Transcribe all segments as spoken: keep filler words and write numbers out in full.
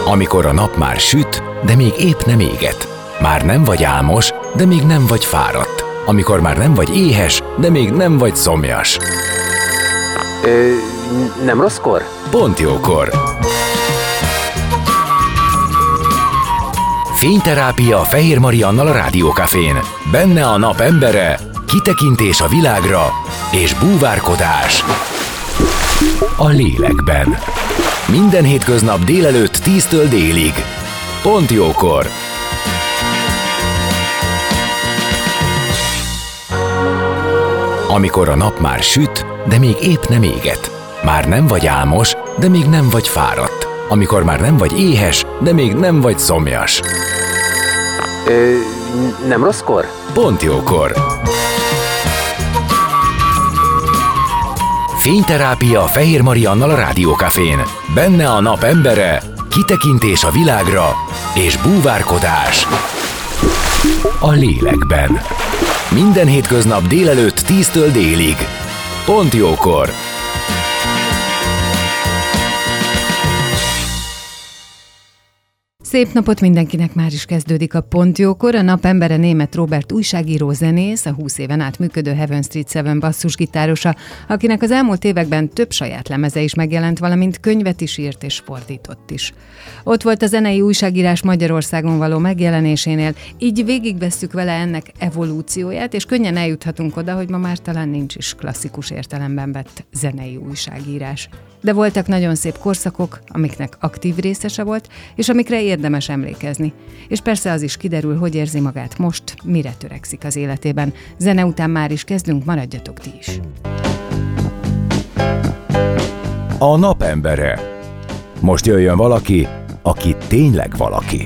Amikor a nap már süt, de még épp nem éget. Már nem vagy álmos, de még nem vagy fáradt. Amikor már nem vagy éhes, de még nem vagy szomjas. Ö, nem rosszkor? Pont jókor. Fényterápia Fehér Mariannal a Rádiókafén. Benne a nap embere, kitekintés a világra és búvárkodás a lélekben. Minden hétköznap délelőtt tíztől délig. Pont jókor. Amikor a nap már süt, de még épp nem éget. Már nem vagy álmos, de még nem vagy fáradt. Amikor már nem vagy éhes, de még nem vagy szomjas. Ö, nem rosszkor? Pont jókor. Fényterápia Fehér Mariannal a Rádiókafén. Benne a nap embere, kitekintés a világra és búvárkodás a lélekben. Minden hétköznap délelőtt tíztől délig. Pont jókor. Szép napot mindenkinek, már is kezdődik a Pont jókor. A nap embere Németh Róbert újságíró, zenész, a húsz éven át működő Heaven Street Seven basszusgitárosa, akinek az elmúlt években több saját lemeze is megjelent, valamint könyvet is írt és fordított is. Ott volt a zenei újságírás Magyarországon való megjelenésénél, így végigvesszük vele ennek evolúcióját, és könnyen eljuthatunk oda, hogy ma már talán nincs is klasszikus értelemben vett zenei újságírás. De voltak nagyon szép korszakok, amiknek aktív részese volt, és amikre érdemes emlékezni. És persze az is kiderül, hogy érzi magát most, mire törekszik az életében. Zene után már is kezdünk, maradjatok ti is. A nap embere. Most jöjjön valaki, aki tényleg valaki.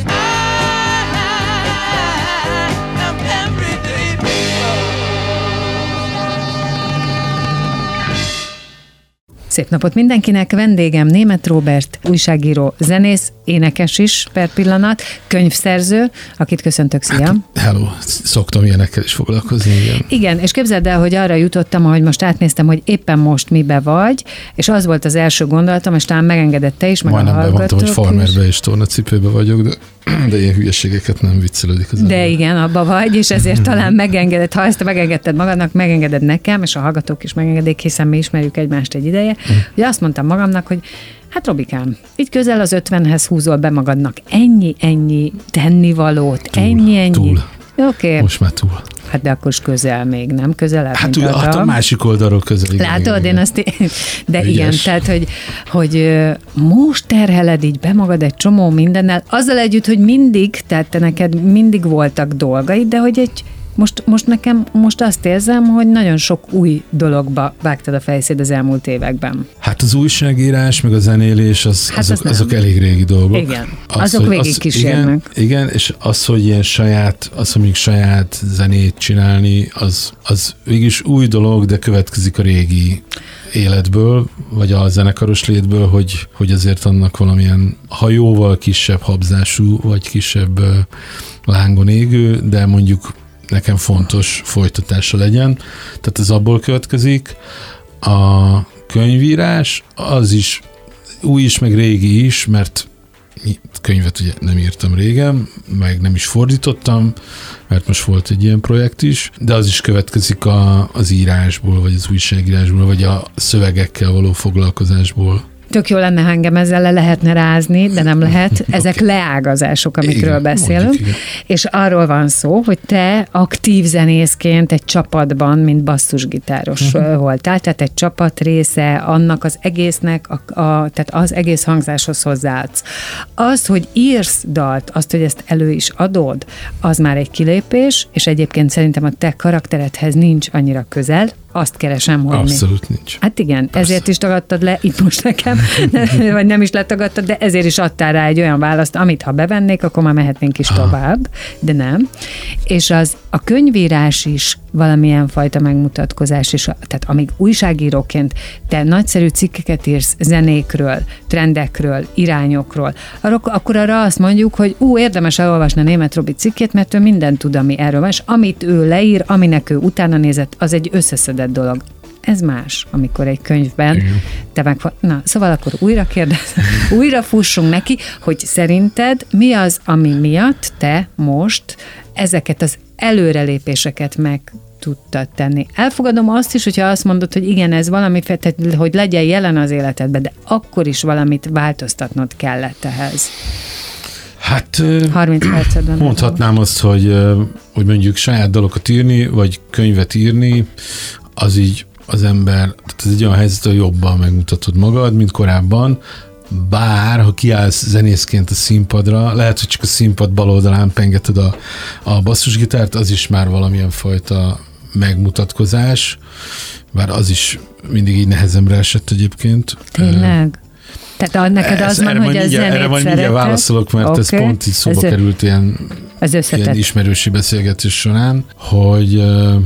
Szép napot mindenkinek, vendégem Németh Róbert, újságíró, zenész, énekes is per pillanat, könyvszerző, akit köszöntök, szia! Hát, hello, szoktam ilyenekkel is foglalkozni, igen. Igen, és képzeld el, hogy arra jutottam, ahogy most átnéztem, hogy éppen most mibe vagy, és az volt az első gondolatom, és talán megengedett te is, meg Majdnem a hallgatók is. Majdnem bevontam, hogy farmerbe és tornacipőbe vagyok, de, de ilyen hülyeségeket nem viccelődik az De ember. igen, abba vagy, és ezért talán megengedett, ha ezt megengedted magadnak, megengeded nekem, és a hallgatók is megengedik, hiszen mi ismerjük egymást egy ideje, mm. hogy azt mondtam magamnak, hogy hát Robikám, így közel az ötvenhez húzol be magadnak ennyi, ennyi tennivalót, túl, ennyi, ennyi. Túl. Oké. Okay. Most már túl. Hát de akkor is közel még, nem? Közelebb, Hát, mint hát a másik oldalról közel. Igen, Látod, igen, én azt... De Ügyes. igen, tehát, hogy, hogy most terheled így be magad egy csomó mindennel, azzal együtt, hogy mindig, tehát te neked mindig voltak dolgaid, de hogy egy Most, most nekem most azt érzem, hogy nagyon sok új dologba vágtad a fejszéd az elmúlt években. Hát az újságírás, meg a zenélés, az, Hát azok, az azok elég régi dolgok. Igen, az, azok hogy, végig az, kísérnek. Igen, igen, és az, hogy ilyen saját, az, hogy még saját zenét csinálni, az, az végülis új dolog, de következik a régi életből, vagy a zenekaros létből, hogy, hogy azért annak valamilyen hajóval kisebb habzású, vagy kisebb uh, lángon égő, de mondjuk nekem fontos folytatása legyen. Tehát ez abból következik. A könyvírás az is új is, meg régi is, mert könyvet ugye nem írtam régen, meg nem is fordítottam, mert most volt egy ilyen projekt is, de az is következik a, az írásból, vagy az újságírásból, vagy a szövegekkel való foglalkozásból. Tök jó lenne, ha engem ezzel le lehetne rázni, de nem lehet. Ezek okay. leágazások, amikről igen, beszélünk. Mondjuk, és arról van szó, hogy te aktív zenészként egy csapatban, mint basszusgitáros uh-huh. voltál, tehát egy csapat része annak az egésznek, a, a, tehát az egész hangzáshoz hozzáadsz. Az, hogy írsz dalt, azt, hogy ezt elő is adod, az már egy kilépés, és egyébként szerintem a te karakteredhez nincs annyira közel. Azt keresem, hogy abszolút mi. nincs. Hát igen, persze. Ezért is tagadtad le itt most nekem, vagy nem is letagadtad, de ezért is adtál rá egy olyan választ, amit ha bevennék, akkor már mehetnénk is Aha. tovább, de nem. És az a könyvírás is valamilyen fajta megmutatkozás, és a, tehát amíg újságíróként te nagyszerű cikkeket írsz zenékről, trendekről, irányokról, arra, akkor arra azt mondjuk, hogy ú, érdemes elolvasni a Németh Robi cikkét, mert ő mindent tud, ami erről van, és amit ő leír, aminek ő utána nézett, az egy összeszedett dolog. ez más, amikor egy könyvben Igen. te meg... Na, szóval akkor újra kérdezem, újra fussunk neki, hogy szerinted mi az, ami miatt te most ezeket az előrelépéseket meg tudtad tenni. Elfogadom azt is, hogyha azt mondod, hogy igen, ez valami, tehát, hogy legyen jelen az életedben, de akkor is valamit változtatnod kellett ehhez. Hát harminc percedben mondhatnám azt, hogy, hogy mondjuk saját dalokat írni, vagy könyvet írni, az így az ember, tehát ez egy olyan helyzet, hogy jobban megmutatod magad, mint korábban, bár, ha kiállsz zenészként a színpadra, lehet, hogy csak a színpad bal oldalán pengeted a, a basszusgitárt, az is már valamilyen fajta megmutatkozás, bár az is mindig így nehezemre esett egyébként. Tényleg? Tehát neked az van, hogy a zenét erre majd mindjárt válaszolok, mert okay. ez pont így szóba ez került ilyen, ilyen ismerősi beszélgetés során, hogy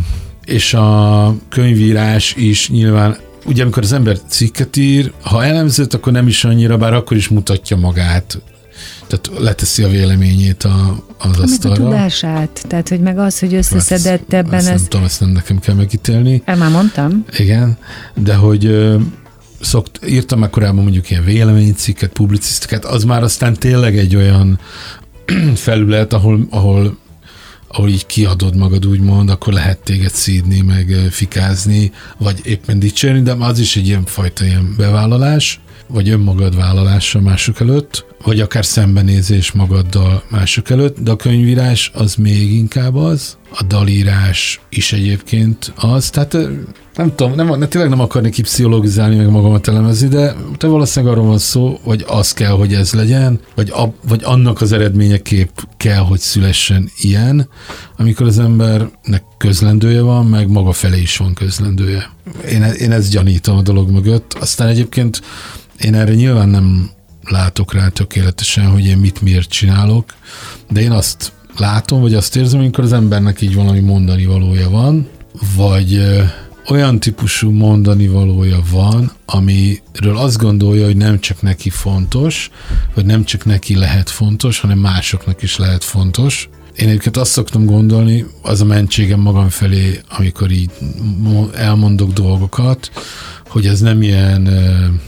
és a könyvírás is nyilván, ugye amikor az ember cikket ír, ha elemzett, akkor nem is annyira, bár akkor is mutatja magát. Tehát leteszi a véleményét a, az asztalra. A tudását, tehát hogy meg az, hogy összeszedett ebben. Ezt ez... nem tudom, ezt nem nekem kell megítélni. El már mondtam. Igen, de hogy szokt, írtam már korábban mondjuk ilyen véleménycikket, publicisztikát, az már aztán tényleg egy olyan felület, ahol, ahol ahol így kiadod magad, úgymond, akkor lehet téged szídni, meg fikázni, vagy éppen dicsérni, de az is egy ilyen fajta ilyen bevállalás, vagy önmagad vállalása mások előtt, vagy akár szembenézés magaddal mások előtt, de a könyvírás az még inkább az, a dalírás is egyébként az, tehát nem tudom, nem, nem, tényleg nem akarnék így pszichologizálni, meg magamat elemezni, de te valószínűleg arról van szó, vagy az kell, hogy ez legyen, vagy, a, vagy annak az eredményeképp kell, hogy szülessen ilyen, amikor az embernek közlendője van, meg maga felé is van közlendője. Én, én ezt gyanítom a dolog mögött, aztán egyébként én erre nyilván nem látok rá tökéletesen, hogy én mit miért csinálok, de én azt látom, vagy azt érzem, amikor az embernek így valami mondani valója van, vagy ö, olyan típusú mondani valója van, amiről azt gondolja, hogy nem csak neki fontos, vagy nem csak neki lehet fontos, hanem másoknak is lehet fontos. Én egyébként azt szoktam gondolni, az a mentségem magam felé, amikor így elmondok dolgokat, hogy ez nem ilyen... Ö,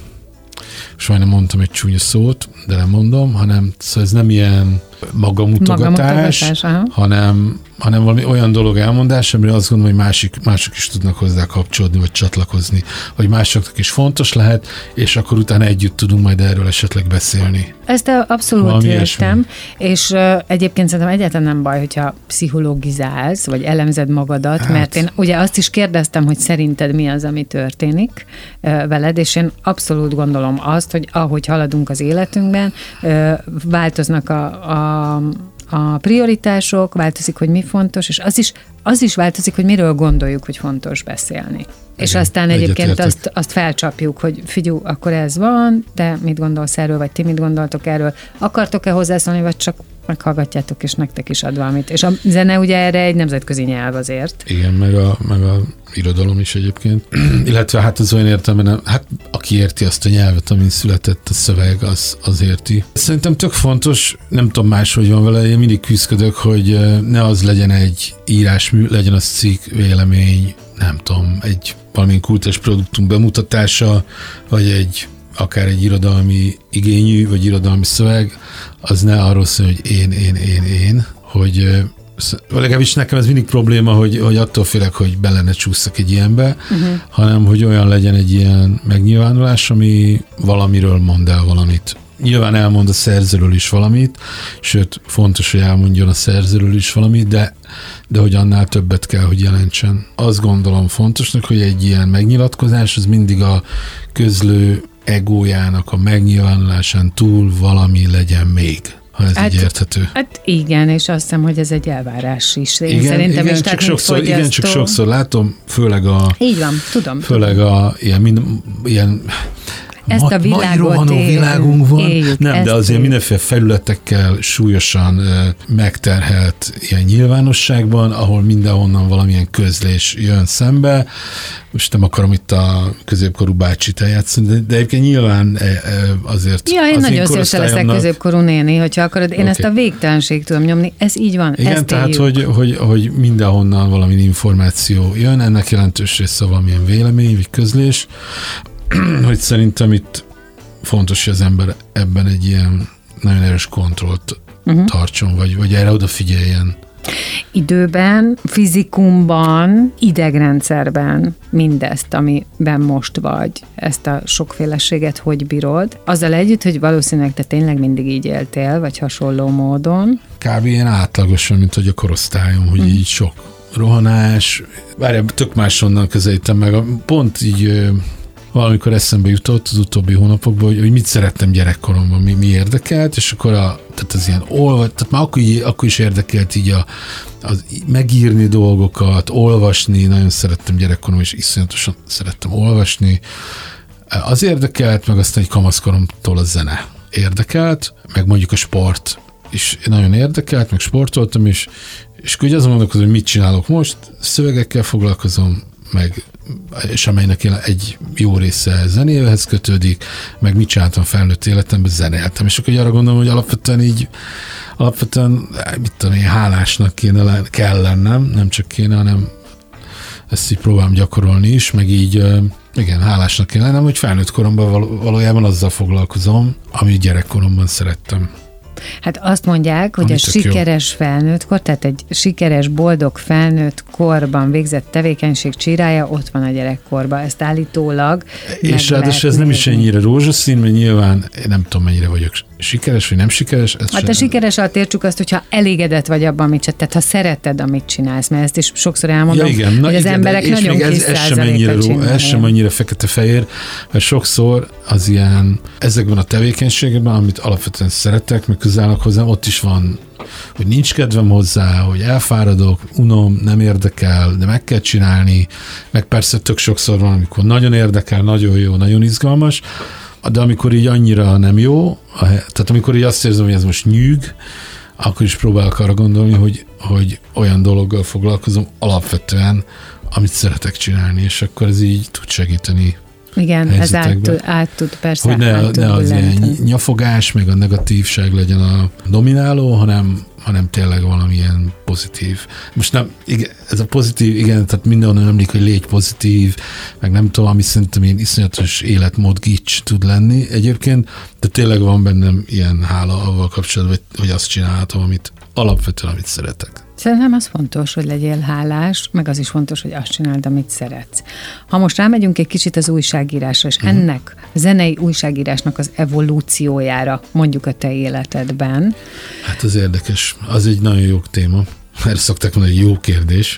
és majdnem mondtam egy csúnya szót, de nem mondom, hanem szóval ez nem ilyen magamutogatás, magamutogatás hanem, hanem valami olyan dolog elmondás, amire azt gondolom, hogy másik, mások is tudnak hozzá kapcsolódni, vagy csatlakozni, vagy másoknak is fontos lehet, és akkor utána együtt tudunk majd erről esetleg beszélni. Ezt abszolút értem, és uh, egyébként szerintem egyáltalán nem baj, hogyha pszichologizálsz, vagy elemzed magadat, hát. Mert én ugye azt is kérdeztem, hogy szerinted mi az, ami történik uh, veled, és én abszolút gondolom azt, hogy ahogy haladunk az életünkben, uh, változnak a, a a prioritások, változik, hogy mi fontos, és az is, az is változik, hogy miről gondoljuk, hogy fontos beszélni. Igen, és aztán egyébként azt, azt felcsapjuk, hogy figyelj, akkor ez van, de mit gondolsz erről, vagy ti mit gondoltok erről? Akartok-e hozzászólni, vagy csak meghallgatjátok, és nektek is ad valamit. És a zene ugye erre egy nemzetközi nyelv azért. Igen, meg a, meg a irodalom is egyébként. Illetve hát az olyan értelemben, hát aki érti azt a nyelvet, amin született a szöveg, az, az érti. Szerintem tök fontos, nem tudom máshogy van vele, én mindig küzdök, hogy ne az legyen egy írásmű, legyen az cikk, vélemény, nem tudom, egy valamilyen kultúrás produktum bemutatása, vagy egy akár egy irodalmi igényű, vagy irodalmi szöveg, az ne arról szól, hogy én, én, én, én, hogy legalábbis nekem ez mindig probléma, hogy, hogy attól félek, hogy bele ne csúszszak egy ilyenbe, uh-huh. hanem hogy olyan legyen egy ilyen megnyilvánulás, ami valamiről mond el valamit. Nyilván elmond a szerzőről is valamit, sőt, fontos, hogy elmondjon a szerzőről is valamit, de, de hogy annál többet kell, hogy jelentsen. Azt gondolom fontosnak, hogy egy ilyen megnyilatkozás, az mindig a közlő egójának a megnyilvánulásán túl valami legyen még, ha ez hát, így érthető. Hát igen, és azt hiszem, hogy ez egy elvárás is. Én igen, szerintem igen, is, csak sokszor, igen, csak sokszor látom, főleg a... Így van, tudom. Főleg tudom. a ilyen, mind, ilyen ezt a világot mai él, világunk van. éljük. Nem, de azért éljük. mindenféle felületekkel súlyosan uh, megterhelt ilyen nyilvánosságban, ahol mindenhonnan valamilyen közlés jön szembe. Most nem akarom itt a középkorú bácsit eljátszani, de, de egyébként nyilván azért... Ja, én az nagyon szívesen leszek középkorú néni, hogyha akarod. Én okay. ezt a végtelenség tudom nyomni, ez így van. Igen, ezt tehát, hogy, hogy, hogy mindenhonnan valami információ jön, ennek jelentős része valamilyen vélemény, vagy közlés, hogy szerintem itt fontos, hogy az ember ebben egy ilyen nagyon erős kontrollt uh-huh. tartson, vagy, vagy erre odafigyeljen. Időben, fizikumban, idegrendszerben mindezt, amiben most vagy, ezt a sokféleséget hogy bírod? Azzal együtt, hogy valószínűleg te tényleg mindig így éltél, vagy hasonló módon. Kb. Ilyen átlagosan, mint hogy a korosztályom, hogy mm. így sok rohanás. Várjál, tök máshonnan közelítem meg. Pont így valamikor eszembe jutott az utóbbi hónapokban, hogy, hogy mit szerettem gyerekkoromban, mi, mi érdekelt, és akkor a, tehát az ilyen olva, tehát már akkor, így, akkor is érdekelt így a, az megírni dolgokat, olvasni, nagyon szerettem gyerekkoromban, és iszonyatosan szerettem olvasni. Az érdekelt, meg aztán egy kamaszkoromtól a zene érdekelt, meg mondjuk a sport is nagyon érdekelt, meg sportoltam is, és akkor ugye azon gondolkozom, hogy mit csinálok most, szövegekkel foglalkozom, meg és amelynek egy jó része zenéhez kötődik, meg mit csináltam felnőtt életemben, zenéltem. És akkor arra gondolom, hogy alapvetően így, alapvetően, mit tudom én, hálásnak kéne, kell lennem, nem csak kéne, hanem ezt így próbálom gyakorolni is, meg így, igen, hálásnak kéne lennem, hogy felnőtt koromban valójában azzal foglalkozom, amit gyerekkoromban szerettem. Hát azt mondják, hogy a sikeres jó. felnőttkor, tehát egy sikeres, boldog felnőtt korban végzett tevékenység csirája ott van a gyerekkorban. Ezt állítólag és ráadásul ez nem is ennyire rózsaszín, mert nyilván én nem tudom, mennyire vagyok sikeres, vagy nem sikeres. Hát a sikeres alatt értsük azt, hogyha elégedett vagy abban, amit csinálsz, tehát ha szereted, amit csinálsz, mert ezt is sokszor elmondom, ja, igen, na, hogy az igen, emberek nagyon kis százalékot csinálják. Ez sem annyira fekete-fehér, mert sokszor az ilyen, ezekben a tevékenységekben, amit alapvetően szeretek, meg közelnek hozzám, ott is van, hogy nincs kedvem hozzá, hogy elfáradok, unom, nem érdekel, de meg kell csinálni, meg persze tök sokszor van, amikor nagyon érdekel, nagyon jó, nagyon izgalmas, de amikor így annyira nem jó, tehát amikor így azt érzem, hogy ez most nyűg, akkor is próbálok arra gondolni, hogy, hogy olyan dologgal foglalkozom alapvetően, amit szeretek csinálni, és akkor ez így tud segíteni. Igen, ez át tud, át tud persze. Hogy ne, ne az ilyen nyafogás, meg a negatívság legyen a domináló, hanem, hanem tényleg valamilyen pozitív. Most nem, igen, ez a pozitív, igen, tehát mindenhonnan emlék, hogy légy pozitív, meg nem tudom, ami szerintem ilyen iszonyatos életmód gics tud lenni egyébként, de tényleg van bennem ilyen hála avval kapcsolatban, hogy azt csinálhatom, amit alapvetően, amit szeretek. Szerintem az fontos, hogy legyél hálás, meg az is fontos, hogy azt csináld, amit szeretsz. Ha most rámegyünk egy kicsit az újságírásra, és uh-huh. ennek a zenei újságírásnak az evolúciójára, mondjuk a te életedben. Hát az érdekes, az egy nagyon jó téma. Erre szokták mondani, hogy jó kérdés.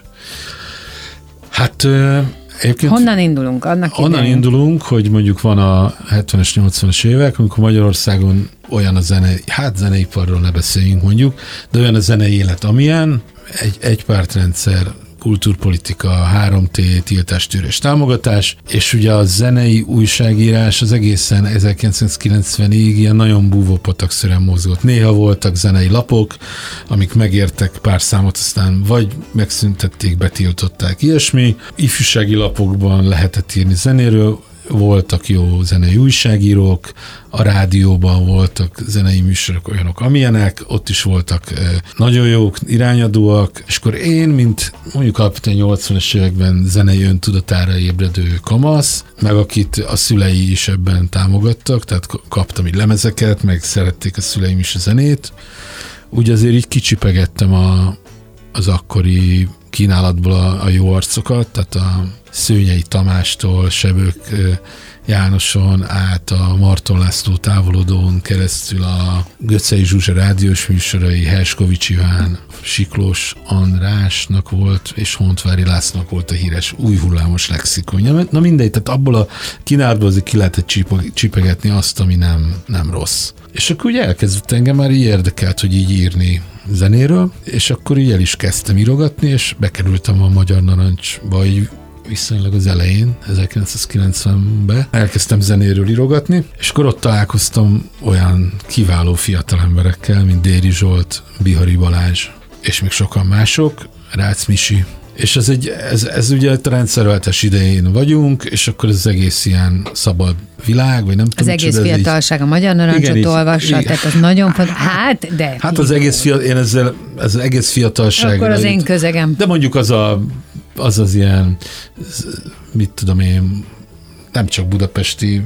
Hát egyébként... Honnan indulunk? Annak Onnan idején? indulunk, hogy mondjuk van a hetvenes, nyolcvanas évek, amikor Magyarországon olyan a zene, hát zeneiparról ne beszéljünk mondjuk, de olyan a zenei élet, amilyen, egy, egy pártrendszer, kultúrpolitika, három té, tiltás, tűrés, támogatás, és ugye a zenei újságírás az egészen ezerkilencszázkilencvenig ilyen nagyon búvópatakszerűen mozgott. Néha voltak zenei lapok, amik megértek pár számot, aztán vagy megszüntették, betiltották, ilyesmi. Ifjúsági lapokban lehetett írni zenéről, voltak jó zenei újságírók, a rádióban voltak zenei műsorok olyanok, amilyenek, ott is voltak nagyon jók, irányadóak, és akkor én, mint mondjuk alapvetően nyolcvanas években zenei öntudatára ébredő kamasz, meg akit a szülei is ebben támogattak, tehát kaptam így lemezeket, meg szerették a szüleim is a zenét, úgy azért így kicsipegettem a, az akkori kínálatból a, a jó arcokat, tehát a Szőnyei Tamástól, Sebők Jánoson át a Marton László távolodón keresztül a Göczei Zsuzsa rádiós műsorai, Herskovics Iván, Siklós Andrásnak volt, és Hontvári Lászlónak volt a híres új hullámos lexikonja. Na mindegy, tehát abból a kínálatból azért ki lehetett csipegetni azt, ami nem, nem rossz. És akkor ugye elkezdett engem már így érdekelt, hogy így írni zenéről, és akkor így el is kezdtem írogatni, és bekerültem a Magyar Narancsba, így viszonylag az elején, ezerkilencszázkilencvenben elkezdtem zenéről írogatni, és akkor ott találkoztam olyan kiváló fiatal emberekkel, mint Déri Zsolt, Bihari Balázs, és még sokan mások, Rácz Misi. És ez, egy, ez, ez ugye a rendszerváltás idején vagyunk, és akkor ez az egész ilyen szabad világ, vagy nem az tudom. Az egész fiatalság, így... a Magyar Narancsot olvassa, tehát az nagyon fontos. Hát, de... Hát az egész, fiatal, én ezzel, ez az egész fiatalság... Akkor az én közegem. De mondjuk az a, az, az ilyen, mit tudom én, nem csak budapesti,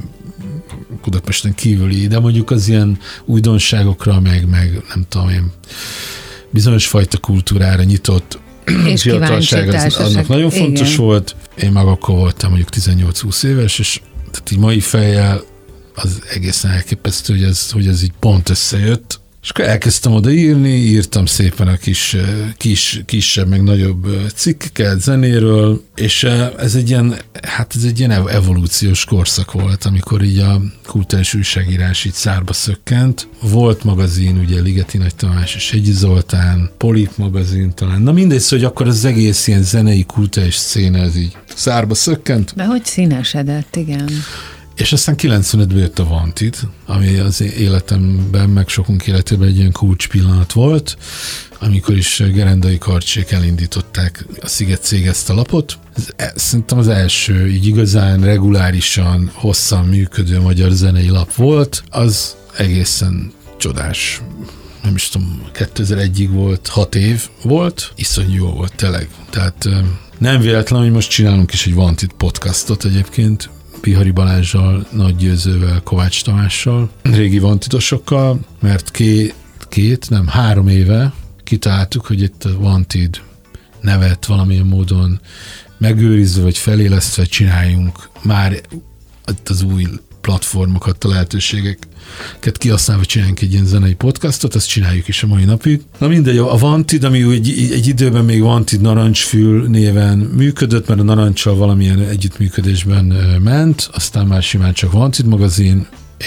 Budapesten kívüli, de mondjuk az ilyen újdonságokra, meg, meg nem tudom én, bizonyos fajta kultúrára nyitott és fiatalság, az, annak nagyon fontos igen. volt. Én meg akkor voltam mondjuk tizennyolc-húsz éves, és tehát így mai fejjel az egészen elképesztő, hogy ez, hogy ez így pont összejött. És akkor elkezdtem oda írni, írtam szépen a kis, kis, kisebb, meg nagyobb cikkeket zenéről, és ez egy ilyen, hát ez egy ilyen evolúciós korszak volt, amikor így a kulturális újságírás így szárba szökkent. Volt magazin, ugye Ligeti Nagy Tamás és Hegyi Zoltán, Polip magazin talán. Na mindegy, hogy akkor az egész ilyen zenei kulturális széne ez így szárba szökkent. De hogy színesedett, igen. És aztán kilencvenötben jött a Wanted, ami az életemben, meg sokunk életében egy ilyen kulcs pillanat volt, amikor is Gerendai Karcsék elindították a Sziget cég ezt a lapot. Ez, szerintem az első így igazán regulárisan, hosszan működő magyar zenei lap volt, az egészen csodás. Nem is tudom, kétezer-egyig volt, hat év volt, iszonyú jó volt tényleg. Tehát nem véletlen, hogy most csinálunk is egy Wanted podcastot egyébként, Bihari Balázssal, Nagy Győzővel, Kovács Tamással, régi Wantidosokkal, mert két, két, nem, három éve kitaláltuk, hogy itt a Wanted nevet valamilyen módon megőrizve, vagy felélesztve csináljunk már itt az új platformokat, a lehetőségeket kihasználva csináljunk egy ilyen zenei podcastot, azt csináljuk is a mai napig. Na mindegy, a Wanted, ami egy, egy időben még Wanted Narancsfül néven működött, mert a Narancsal valamilyen együttműködésben ment, aztán már simán csak Wanted magazin,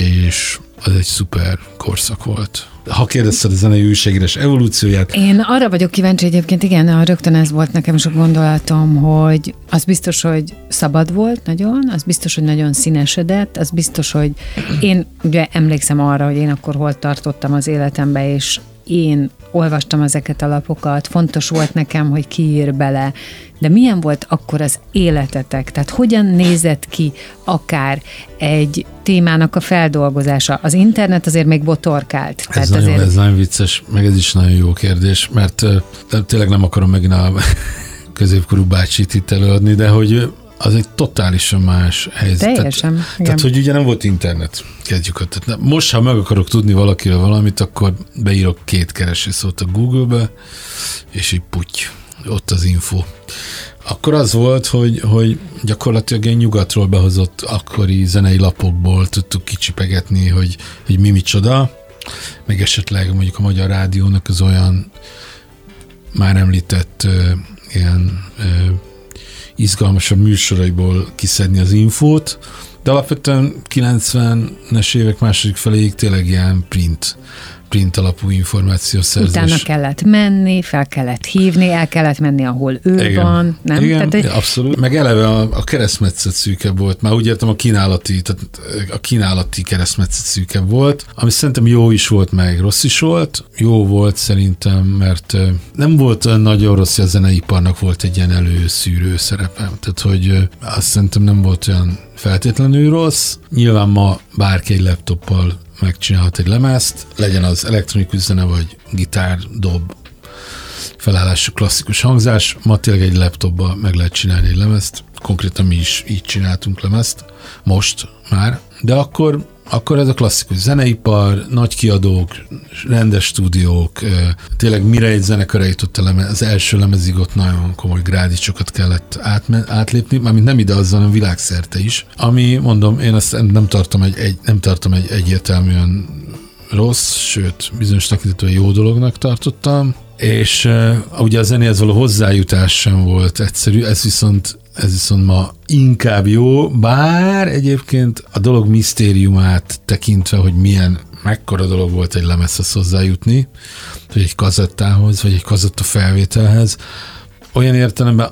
és az egy szuper korszak volt. Ha kérdezted a zenei újságírás evolúcióját. Én arra vagyok kíváncsi egyébként, igen, rögtön ez volt nekem is a gondolatom, hogy az biztos, hogy szabad volt nagyon, az biztos, hogy nagyon színesedett, az biztos, hogy én ugye emlékszem arra, hogy én akkor hol tartottam az életembe, és én olvastam ezeket a lapokat, fontos volt nekem, hogy ki ír bele, de milyen volt akkor az életetek? Tehát hogyan nézett ki akár egy témának a feldolgozása? Az internet azért még botorkált. Ez, nagyon, azért... ez nagyon vicces, meg ez is nagyon jó kérdés, mert uh, tényleg nem akarom megint a középkorú bácsit itt előadni, de hogy az egy totálisan más helyzet. Teljesen. Tehát, tehát, hogy ugye nem volt internet. Kezdjük ott. Tehát most, ha meg akarok tudni valakiről valamit, akkor beírok két keresőszót a Google-be, és így puty, ott az info. Akkor az volt, hogy, hogy gyakorlatilag egy nyugatról behozott akkori zenei lapokból tudtuk kicsipegetni, hogy, hogy mi micsoda, meg esetleg mondjuk a Magyar Rádiónak az olyan már említett uh, ilyen uh, izgalmasabb műsoraiból kiszedni az infót, de alapvetően kilencvenes évek második feléig tényleg ilyen print, print alapú információszerzés. Utána kellett menni, fel kellett hívni, el kellett menni, ahol ő igen. van. Nem? Igen, tehát, abszolút. Meg eleve a, a keresztmetszet szűkebb volt. Már úgy értem, a kínálati, tehát a kínálati keresztmetszet szűkebb volt, ami szerintem jó is volt, meg rossz is volt. Jó volt szerintem, mert nem volt olyan nagyon rossz, hogy a zeneiparnak volt egy ilyen előszűrő szerepe. Tehát, hogy azt szerintem nem volt olyan feltétlenül rossz. Nyilván ma bárki egy laptoppal megcsinálhat egy lemezt, legyen az elektronikus zene, vagy gitár, dob, felállású klasszikus hangzás. Ma tényleg egy laptopba meg lehet csinálni egy lemezt. Konkrétan mi is így csináltunk lemezt, most már. De akkor, akkor ez a klasszikus zeneipar, nagy kiadók, rendes stúdiók, tényleg mire egy zenekar eljutott a lemez, az első lemezig ott nagyon komoly grádicsokat kellett átme- átlépni, mármint nem ide azzal, hanem világszerte is. Ami, mondom, én azt nem tartom egy, egy, nem tartom egy egyértelműen rossz, sőt, bizonyos tekintetben jó dolognak tartottam, és uh, ugye a zenéhez való hozzájutás sem volt egyszerű, ez viszont ez viszont ma inkább jó, bár egyébként a dolog misztériumát tekintve, hogy milyen, mekkora dolog volt egy lemezhez hozzájutni, hogy egy kazettához, vagy egy kazetta felvételhez, olyan értelemben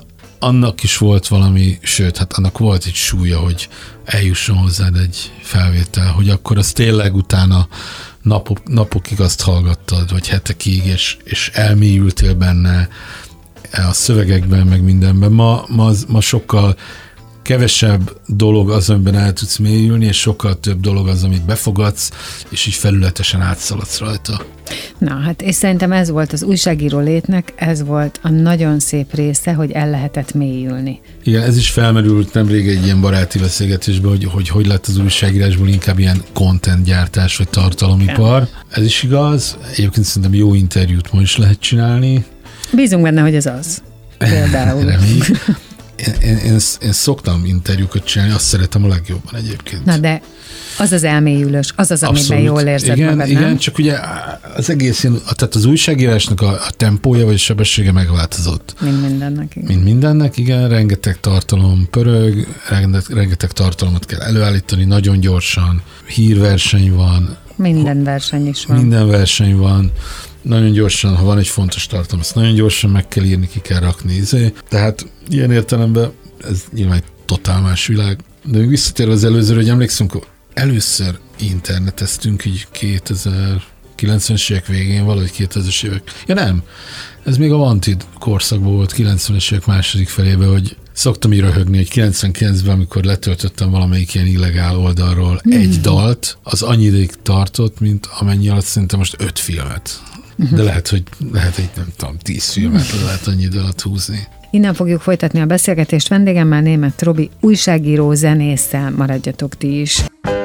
annak is volt valami, sőt, hát annak volt egy súlya, hogy eljusson hozzád egy felvétel, hogy akkor az tényleg utána napok, napokig azt hallgattad, vagy hetekig, és, és elmélyültél benne a szövegekben, meg mindenben. Ma, ma, ma sokkal kevesebb dolog az, amiben el tudsz mélyülni, és sokkal több dolog az, amit befogadsz, és így felületesen átszaladsz rajta. Na, hát és szerintem ez volt az újságíró létnek, ez volt a nagyon szép része, hogy el lehetett mélyülni. Igen, ez is felmerült nemrég egy ilyen baráti beszélgetésben, hogy hogy, hogy lett az újságírásból inkább ilyen content gyártás, vagy tartalomipar. Ez is igaz. Egyébként szerintem jó interjút ma is lehet csinálni. Bízunk benne, hogy ez az. Például. Reméljük. Én, én, én, én szoktam interjúkat csinálni, azt szeretem a legjobban egyébként. Na de az az elmélyülős, az az, amiben Abszolút. Jól érzed igen, magad, igen, nem? csak ugye az egész, tehát az újságírásnak a, a tempója vagy a sebessége megváltozott. Mint mindennek. Igen. Mint mindennek, igen, rengeteg tartalom pörög, rengeteg, rengeteg tartalmat kell előállítani, nagyon gyorsan, hírverseny van. Minden verseny is van. Minden verseny van. Nagyon gyorsan, ha van egy fontos tartalom, azt nagyon gyorsan meg kell írni, ki kell rakni. Tehát ilyen értelemben ez nyilván egy totál más világ. De még visszatérve az előzőre, hogy emlékszünk, hogy először interneteztünk így kétezer-kilencvenes évek végén, valahogy kétezres évek. Ja nem, ez még a Wanted korszakban volt, kilencvenes évek második felében, hogy szoktam így röhögni, hogy kilencvenkilencben, amikor letöltöttem valamelyik ilyen illegál oldalról mm. egy dalt, az annyi ideig tartott, mint amennyi alatt szerintem most öt filmet. De lehet, hogy lehet egy, nem tudom, tíz filmet lehet annyi idő alatt húzni. Innen fogjuk folytatni a beszélgetést vendégemmel, Németh Robi, újságíró, zenésszel. Maradjatok ti is.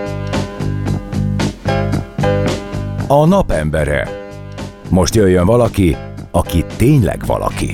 A napembere. Most jöjjön valaki, aki tényleg valaki.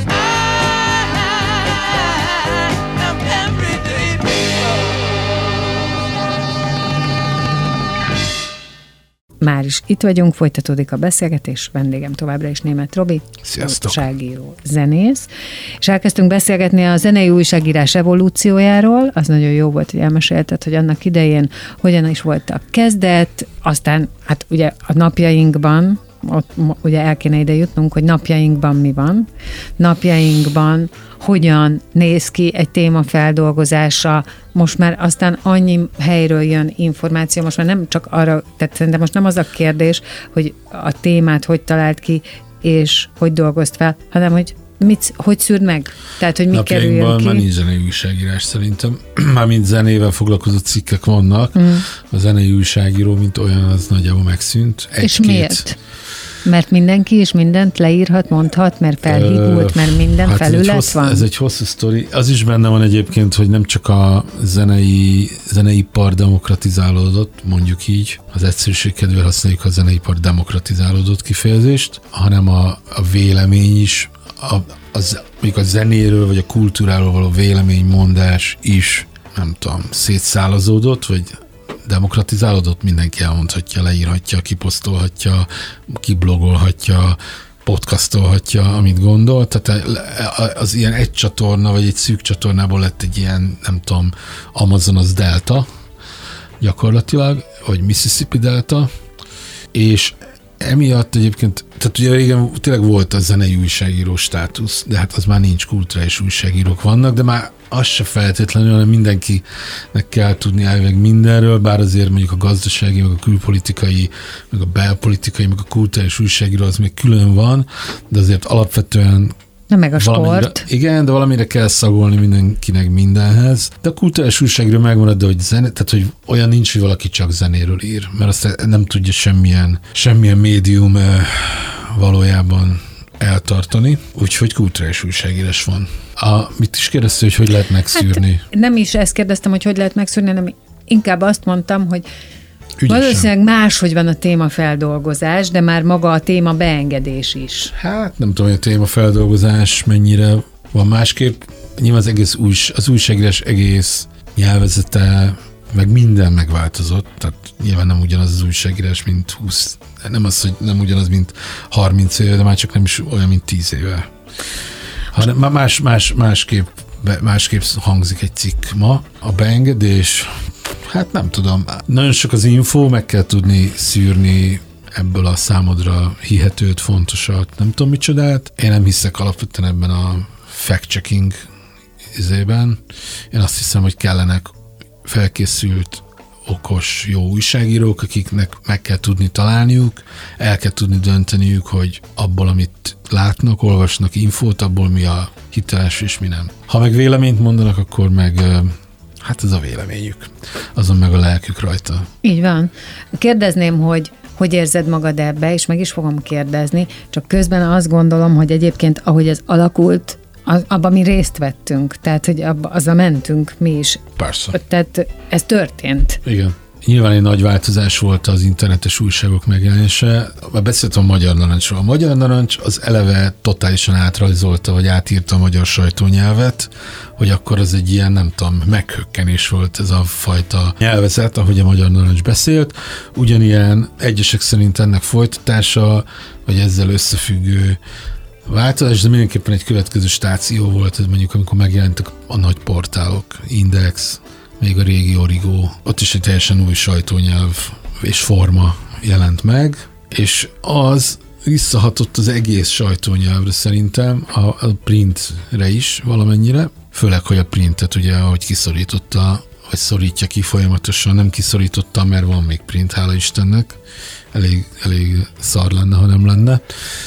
Már is itt vagyunk, folytatódik a beszélgetés, vendégem továbbra is Németh Robi, Sziasztok. Újságíró, zenész, és elkezdtünk beszélgetni a zenei újságírás evolúciójáról, az nagyon jó volt, hogy elmesélted, hogy annak idején hogyan is volt a kezdet, aztán hát ugye a napjainkban, ott ugye el kéne ide jutnunk, hogy napjainkban mi van, napjainkban hogyan néz ki egy téma feldolgozása, most már aztán annyi helyről jön információ, most már nem csak arra, tehát szerintem most nem az a kérdés, hogy a témát hogy talált ki, és hogy dolgozt fel, hanem hogy mit, hogy szűrd meg? Tehát, hogy mi kerüljön ki? Napjainkban már nincs zenei újságírás szerintem. Mármint zenével foglalkozó cikkek vannak. Mm. A zenei újságíró, mint olyan, az nagyjából megszűnt. Egy, és két. Miért? Mert mindenki is mindent leírhat, mondhat, mert felhígult, mert minden hát felület ez hossz, van? Ez egy hosszú sztori. Az is benne van egyébként, hogy nem csak a zenei, zeneipar demokratizálódott, mondjuk így, az egyszerűség kedvéért használjuk a zeneipar demokratizálódott kifejezést, hanem a, a vélemény is, a, az, mondjuk a zenéről, vagy a kultúráról való véleménymondás is, nem tudom, szétszálazódott, vagy demokratizálódott, mindenki elmondhatja, leírhatja, kiposztolhatja, kiblogolhatja, podcastolhatja, amit gondol. Tehát az ilyen egy csatorna, vagy egy szűk csatornából lett egy ilyen, nem tudom, Amazonas Delta gyakorlatilag, vagy Mississippi Delta, és emiatt egyébként, tehát ugye régen tényleg volt a zenei újságíró státusz, de hát az már nincs, kulturális újságírók vannak, de már az se feltétlenül, hanem mindenkinek kell tudni elvileg mindenről, bár azért mondjuk a gazdasági, meg a külpolitikai, meg a belpolitikai, meg a kulturális újságíró az még külön van, de azért alapvetően Na meg a sport. Igen, de valamire kell szagolni mindenkinek mindenhez. De a kulturális újságíró megmarad, de hogy zene, tehát hogy olyan nincs, hogy valaki csak zenéről ír, mert azt nem tudja semmilyen, semmilyen médium valójában eltartani, úgyhogy kulturális újságírás van. A, mit is kérdezte, hogy hogy lehet megszűrni? Hát nem is ezt kérdeztem, hogy hogy lehet megszűrni, hanem inkább azt mondtam, hogy Ügyesen. Valószínűleg máshogy van a témafeldolgozás, de már maga a téma beengedés is. Hát nem tudom, hogy a témafeldolgozás mennyire van másképp. Nyilván az egész új, az újságírás egész nyelvezete, meg minden megváltozott. Tehát nyilván nem ugyanaz az újságírás, mint húsz, nem az, hogy nem ugyanaz, mint harminc éve, de már csak nem is olyan, mint tíz éve. Hanem más, más, másképp, másképp hangzik egy cikk ma. A beengedés, hát nem tudom. Nagyon sok az info, meg kell tudni szűrni ebből a számodra hihetőt, fontosat, nem tudom micsodát. Én nem hiszek alapvetően ebben a fact-checking izében. Én azt hiszem, hogy kellenek felkészült, okos, jó újságírók, akiknek meg kell tudni találniuk, el kell tudni dönteniük, hogy abból, amit látnak, olvasnak infót, abból mi a hiteles és mi nem. Ha meg véleményt mondanak, akkor meg hát ez a véleményük. Azon meg a lelkük rajta. Így van. Kérdezném, hogy hogy érzed magad ebbe, és meg is fogom kérdezni, csak közben azt gondolom, hogy egyébként, ahogy ez alakult, az, abban mi részt vettünk, tehát, hogy abba, azzal mentünk mi is. Persze. Tehát ez történt. Igen. Nyilván egy nagy változás volt az internetes újságok megjelenése. Már beszéltem a Magyar Narancsról. A Magyar Narancs az eleve totálisan átrajzolta, vagy átírta a magyar sajtónyelvet, hogy akkor az egy ilyen, nem tudom, meghökkenés volt ez a fajta nyelvezet, ahogy a Magyar Narancs beszélt. Ugyanilyen egyesek szerint ennek folytatása, vagy ezzel összefüggő változás, de mindenképpen egy következő stáció volt, ez mondjuk, amikor megjelentek a nagy portálok, Index, még a régi Origo, ott is egy teljesen új sajtónyelv és forma jelent meg, és az visszahatott az egész sajtónyelvre szerintem, a, a printre is valamennyire, főleg, hogy a printet ugye, ahogy kiszorította, vagy szorítja ki folyamatosan, nem kiszorította, mert van még print, hála Istennek, elég, elég szar lenne, ha nem lenne,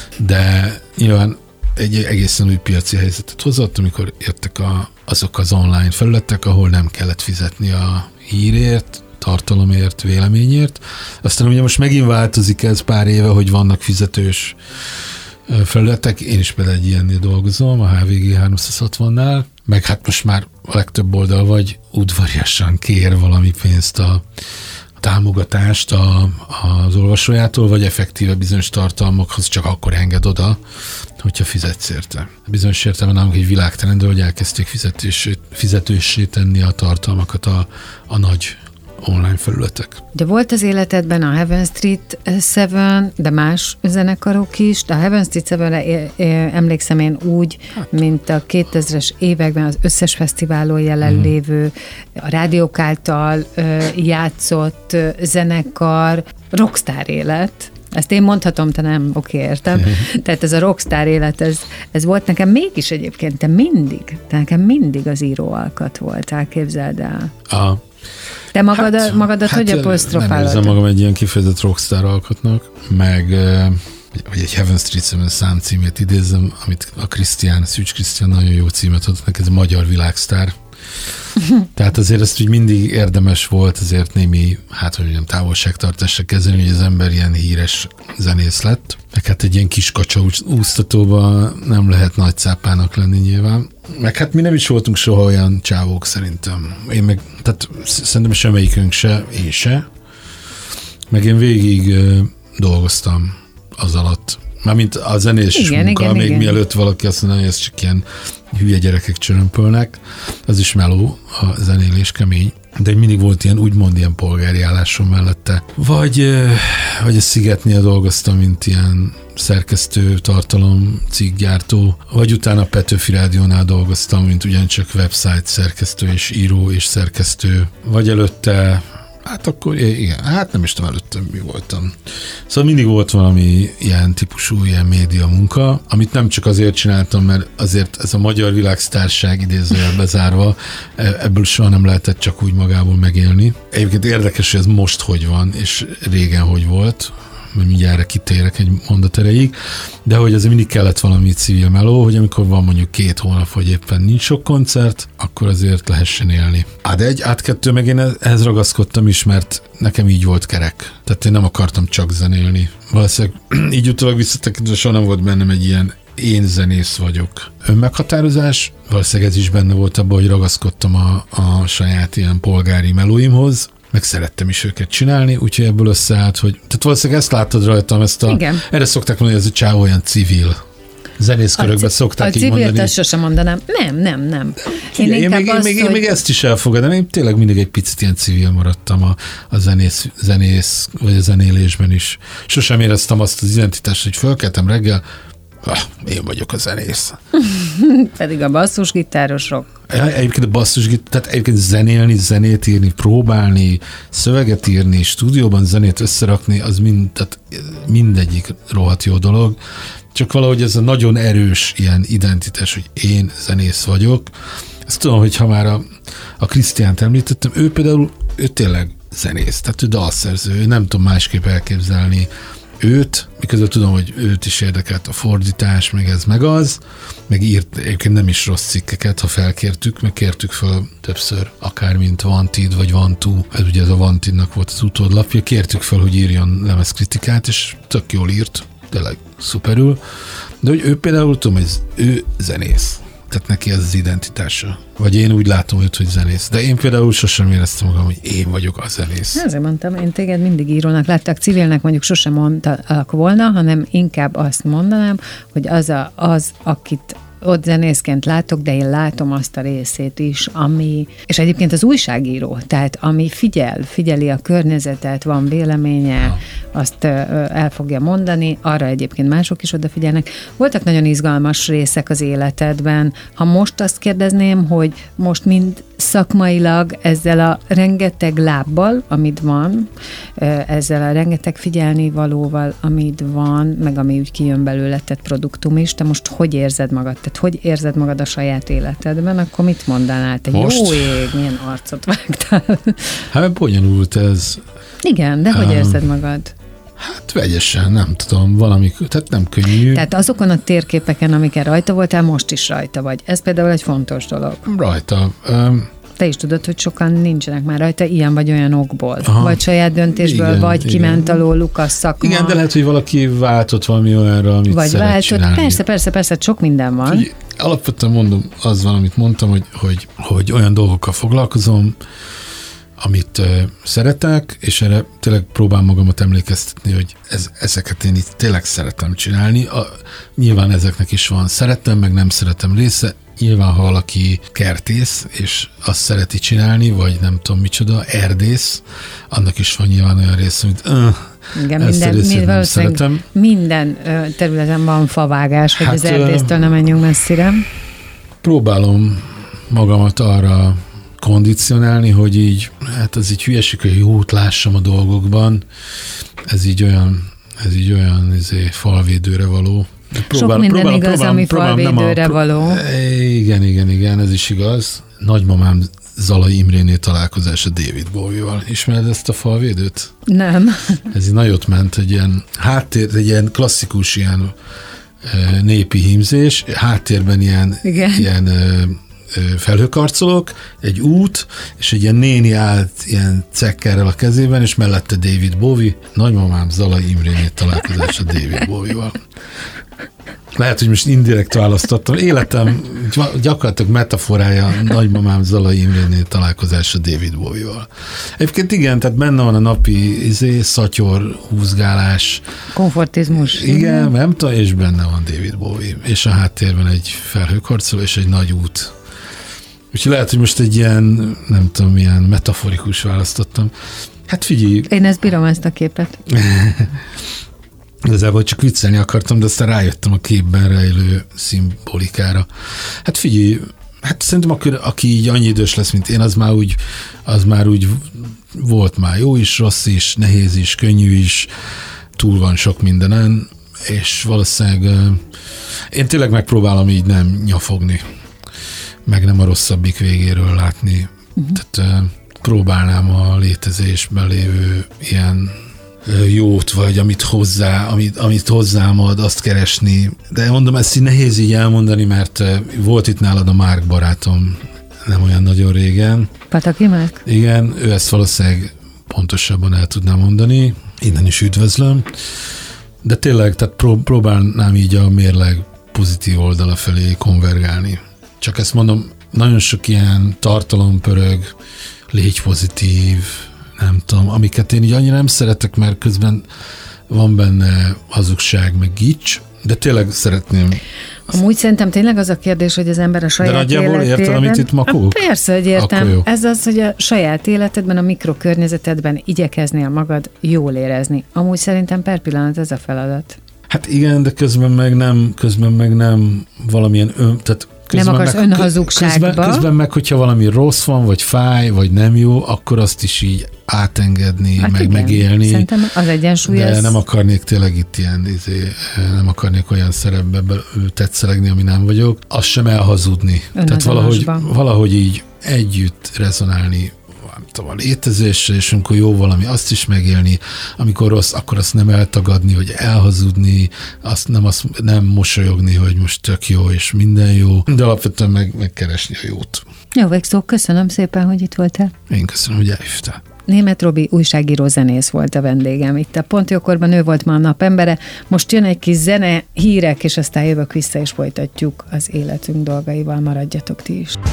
de nyilván egy egészen új piaci helyzetet hozott, amikor jöttek a, azok az online felületek, ahol nem kellett fizetni a hírért, tartalomért, véleményért. Aztán ugye most megint változik ez pár éve, hogy vannak fizetős felületek. Én is például egy ilyennél dolgozom, a há vé gé háromszázhatvannál, meg hát most már a legtöbb oldal vagy udvariasan kér valami pénzt a támogatást a, az olvasójától, vagy effektíve bizonyos tartalmakhoz csak akkor enged oda, hogyha fizetsz érte. Bizonyos értelemben nálunk egy világtrend, hogy elkezdték fizetőssé tenni a tartalmakat a, a nagy online felületek. De volt az életedben a Heaven Street Seven, de más zenekarok is, de a Heaven Street Sevenre emlékszem én úgy, hát. mint a kétezres években az összes fesztiválon jelenlévő, a rádiók által játszott zenekar, rockstar élet. Ezt én mondhatom, te nem, oké, értem. Tehát ez a rockstar élet, ez, ez volt nekem mégis egyébként, te mindig, te nekem mindig az íróalkat voltál, képzeld el. A Te magad, hát, magadat hát hogy apostrofálod? Nem érzem magam egy ilyen kifejezett rockstar alkotnak, meg vagy egy Heaven Street Seven számcímét idézem, amit a Krisztián, Szűcs Krisztián nagyon jó címet adott neki, ez a magyar világsztár. Tehát azért ezt úgy mindig érdemes volt, azért némi, hát hogy mondjam, távolságtartásra kezelni, hogy az ember ilyen híres zenész lett. Meg hát egy ilyen kis kacsa úsztatóban nem lehet nagy cápának lenni nyilván. Meg hát mi nem is voltunk soha olyan csávók szerintem. Én meg, tehát szerintem semmelyikünk se, én se. Meg én végig dolgoztam az alatt. Mármint a zenés igen, munka, igen, még igen. mielőtt valaki azt mondja, hogy ez csak ilyen hülye gyerekek csörömpölnek, az is meló, a zenélés kemény, de mindig volt ilyen, úgymond ilyen polgári állásom mellette. Vagy, vagy a Szigetnél dolgoztam, mint ilyen szerkesztő, tartalom, cikkgyártó, vagy utána a Petőfi Rádiónál dolgoztam, mint ugyancsak website szerkesztő és író és szerkesztő, vagy előtte hát akkor igen, hát nem is tudom előtte mi voltam. Szóval mindig volt valami ilyen típusú, ilyen média munka, amit nem csak azért csináltam, mert azért ez a magyar világsztárság idézőjel bezárva, ebből soha nem lehetett csak úgy magából megélni. Egyébként érdekes, hogy ez most hogy van, és régen hogy volt, mert mindjárt erre kitérek egy mondat erejéig, de hogy azért mindig kellett valami civil meló, hogy amikor van mondjuk két hónap, vagy éppen nincs sok koncert, akkor azért lehessen élni. Át egy, át kettő, meg én ehhez ragaszkodtam is, mert nekem így volt kerek. Tehát én nem akartam csak zenélni. Valószínűleg így utólag visszatekintve soha nem volt bennem egy ilyen én zenész vagyok önmeghatározás. Valószínűleg ez is benne volt abban, hogy ragaszkodtam a, a saját ilyen polgári melóimhoz, meg szerettem is őket csinálni, úgyhogy ebből összeállt, hogy... Tehát valószínűleg ezt láttad rajtam, ezt a... Igen. Erre szokták mondani, hogy ez a csávó olyan civil. Zenészkörökben szokták így mondani. A civilt sosem mondanám. Nem, nem, nem. Én, én, én, még, azt, én, még, hogy... én még ezt is elfogadom. Én tényleg mindig egy picit ilyen civil maradtam a, a zenész, zenész, vagy a zenélésben is. Sosem éreztem azt az identitást, hogy fölkeltem reggel, ah, én vagyok a zenész. Pedig a basszusgitárosok. Egyébként a basszusgitár, tehát egyébként zenélni, zenét írni, próbálni, szöveget írni, stúdióban zenét összerakni, az mind, tehát mindegyik rohadt jó dolog. Csak valahogy ez a nagyon erős ilyen identitás, hogy én zenész vagyok, Ezt tudom, hogy ha már a, a Krisztiánt említettem, ő például, ő tényleg zenész, tehát ő dalszerző, ő nem tudom másképp elképzelni őt, miközben tudom, hogy őt is érdekelt a fordítás, meg ez, meg az, meg írt egyébként nem is rossz cikkeket, ha felkértük, meg kértük fel többször, akár mint Wanted, vagy Vantú, ez ugye ez a Wantednak volt az utódlapja, kértük fel, hogy írjon lemezkritikát, és tök jól írt, tényleg szuperül, de hogy ő például, tudom, hogy ő zenész. Tehát neki ez az identitása. Vagy én úgy látom őt, hogy zenész. De én például sosem éreztem magam, hogy én vagyok a zenész. Ezért mondtam, én téged mindig írónak láttak, civilnek mondjuk sosem mondtak volna, hanem inkább azt mondanám, hogy az, a, az akit ott zenészként látok, de én látom azt a részét is, ami, és egyébként az újságíró, tehát ami figyel, figyeli a környezetet, van véleménye, ja. azt el fogja mondani, arra egyébként mások is odafigyelnek. Voltak nagyon izgalmas részek az életedben. Ha most azt kérdezném, hogy most mind szakmailag ezzel a rengeteg lábbal, amit van, ezzel a rengeteg figyelni valóval, amit van, meg ami úgy kijön belőle, tehát produktum is, te most hogy érzed magad? Tehát hogy érzed magad a saját életedben? Akkor mit mondanál? Te most? Jó ég, milyen arcot vágtál. Hát bonyolult ez. Igen, de hogy um, érzed magad? Hát vegyesen, nem tudom, valami, tehát nem könnyű. Tehát azokon a térképeken, amiken rajta voltál, most is rajta vagy. Ez például egy fontos dolog. Rajta. Um, Te is tudod, hogy sokan nincsenek már rajta ilyen vagy olyan okból. Aha, vagy saját döntésből, igen, vagy igen. Kiment alóluk a szakma. Igen, de lehet, hogy valaki váltott valami olyanra, amit vagy szeret váltott. Csinálni. Persze, persze, persze, sok minden van. Úgy, alapvetően mondom, az van, amit mondtam, hogy, hogy, hogy olyan dolgokkal foglalkozom, amit uh, szeretek, és erre tényleg próbálom magamat emlékeztetni, hogy ez, ezeket én itt tényleg szeretem csinálni. A, nyilván ezeknek is van szeretem, meg nem szeretem része. Nyilván, ha valaki kertész, és azt szereti csinálni, vagy nem tudom micsoda, erdész, annak is van nyilván olyan része, mint uh, igen, minden, mind, nem szeretem. Minden területen van favágás, hogy hát, az erdésztől nem menjünk messzire. Próbálom magamat arra kondicionálni, hogy így, hát az így hülyeség, hogy jót lássam a dolgokban, ez így olyan, ez így olyan izé, falvédőre való. Próbál, Sok minden próbálom, igaz, próbálom, ami falvédőre való. Igen, igen, igen, ez is igaz. Nagymamám Zalai Imrénél találkozása David Bowie-val. Ismered ezt a falvédőt? Nem. Ez így nagyot ment, egy ilyen háttér, egy ilyen klasszikus ilyen népi hímzés, háttérben ilyen, ilyen felhőkarcolók, egy út, és egy ilyen néni állt ilyen cekkerrel a kezében, és mellette David Bowie, nagymamám Zalai Imrénél találkozása David Bowie-val. Lehet, hogy most indirekt választottam. Életem gyakorlatilag metaforája nagymamám Zalai Imrénél találkozása David Bowie-val. Egyébként igen, tehát benne van a napi izé, szatyor, húzgálás. Komfortizmus. Igen, nem tudom, és benne van David Bowie. És a háttérben egy felhőkarcoló és egy nagy út. Úgyhogy lehet, hogy most egy ilyen, nem tudom, milyen metaforikus választottam. Hát figyelj. Én ezt bírom, ezt a képet. Igazából csak viccelni akartam, de aztán rájöttem a képben rejlő szimbolikára. Hát figyelj, hát szerintem akkor, aki így annyi idős lesz, mint én, az már úgy, az már úgy volt már jó is, rossz is, nehéz is, könnyű is, túl van sok mindenen, és valószínűleg én tényleg megpróbálom így nem nyafogni, meg nem a rosszabbik végéről látni. Uh-huh. Tehát próbálnám a létezésben lévő ilyen jót, vagy amit hozzá, amit, amit hozzám ad, azt keresni. De mondom, ezt így nehéz így elmondani, mert volt itt nálad a Márk barátom nem olyan nagyon régen. Pataki Márk? Igen, ő ezt valószínűleg pontosabban el tudná mondani. Innen is üdvözlöm. De tényleg, tehát pró- próbálnám így a mérleg pozitív oldala felé konvergálni. Csak ezt mondom, nagyon sok ilyen tartalom pörög, légy pozitív, nem tudom, amiket én így annyira nem szeretek, mert közben van benne hazugság, meg gics, de tényleg szeretném. Amúgy szerintem tényleg az a kérdés, hogy az ember a saját életében... De nagyjából érted, amit itt makogok? Persze, hogy értem. Ez az, hogy a saját életedben, a mikrokörnyezetedben igyekeznél magad jól érezni. Amúgy szerintem per pillanat ez a feladat. Hát igen, de közben meg nem, közben meg nem valamilyen ön, tehát Nem akarsz meg, önhazugságba. Közben, közben meg, hogyha valami rossz van, vagy fáj, vagy nem jó, akkor azt is így átengedni, hát meg igen, megélni. Szerintem az egyensúly de az... nem akarnék tényleg itt ilyen, izé, nem akarnék olyan szerepbe tetszelegni, ami nem vagyok. Azt sem elhazudni. Tehát valahogy, valahogy így együtt rezonálni a létezésre, és amikor jó valami, azt is megélni, amikor rossz, akkor azt nem eltagadni, vagy elhazudni, azt nem, azt nem mosolyogni, hogy most tök jó, és minden jó, de alapvetően meg, megkeresni a jót. Jó végszó, köszönöm szépen, hogy itt voltál. Én köszönöm, hogy elhívtál. Németh Robi újságíró zenész volt a vendégem itt. A Pont Jókorban ő volt ma a napembere. Most jön egy kis zene, hírek, és aztán jövök vissza, és folytatjuk az életünk dolgaival. Maradjatok ti is.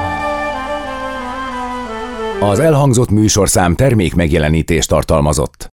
Az elhangzott műsorszám termék megjelenítést tartalmazott.